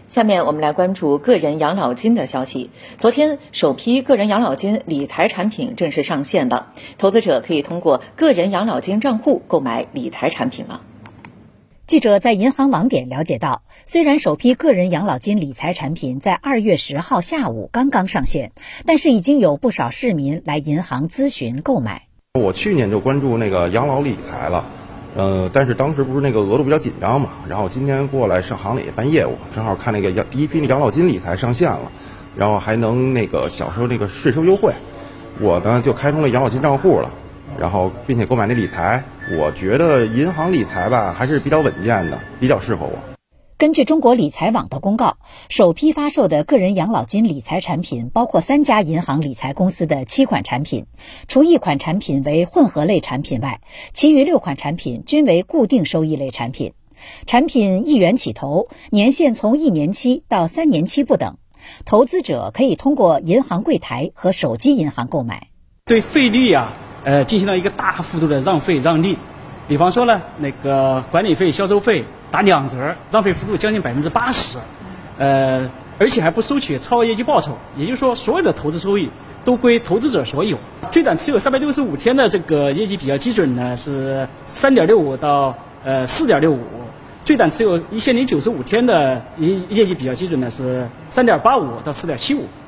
下面我们来关注个人养老金的消息。昨天，首批个人养老金理财产品正式上线了，投资者可以通过个人养老金账户购买理财产品了。 记者在银行网点了解到，虽然首批个人养老金理财产品在2月10号下午刚刚上线，但是已经有不少市民来银行咨询购买。 我去年就关注那个养老理财了，但是当时不是那个额度比较紧张嘛，然后今天过来上行里办业务，正好看那个第一批的养老金理财上线了，然后还能那个享受那个税收优惠，我呢就开通了养老金账户了，然后并且购买那理财，我觉得银行理财吧还是比较稳健的，比较适合我。 根据中国理财网的公告，首批发售的个人养老金理财产品包括3家银行理财公司的7款产品，除1款产品为混合类产品外，其余6款产品均为固定收益类产品。产品1元起投，年限从1年期到3年期不等。投资者可以通过银行柜台和手机银行购买。 对费率进行了一个大幅度的让费让利，比方说呢，那个管理费、销售费打2折，让费幅度将近80%，而且还不收取超额业绩报酬，也就是说，所有的投资收益都归投资者所有。最短持有365天的这个业绩比较基准呢是3.65到4.65，最短持有1095天的业绩比较基准呢是3.85到4.75。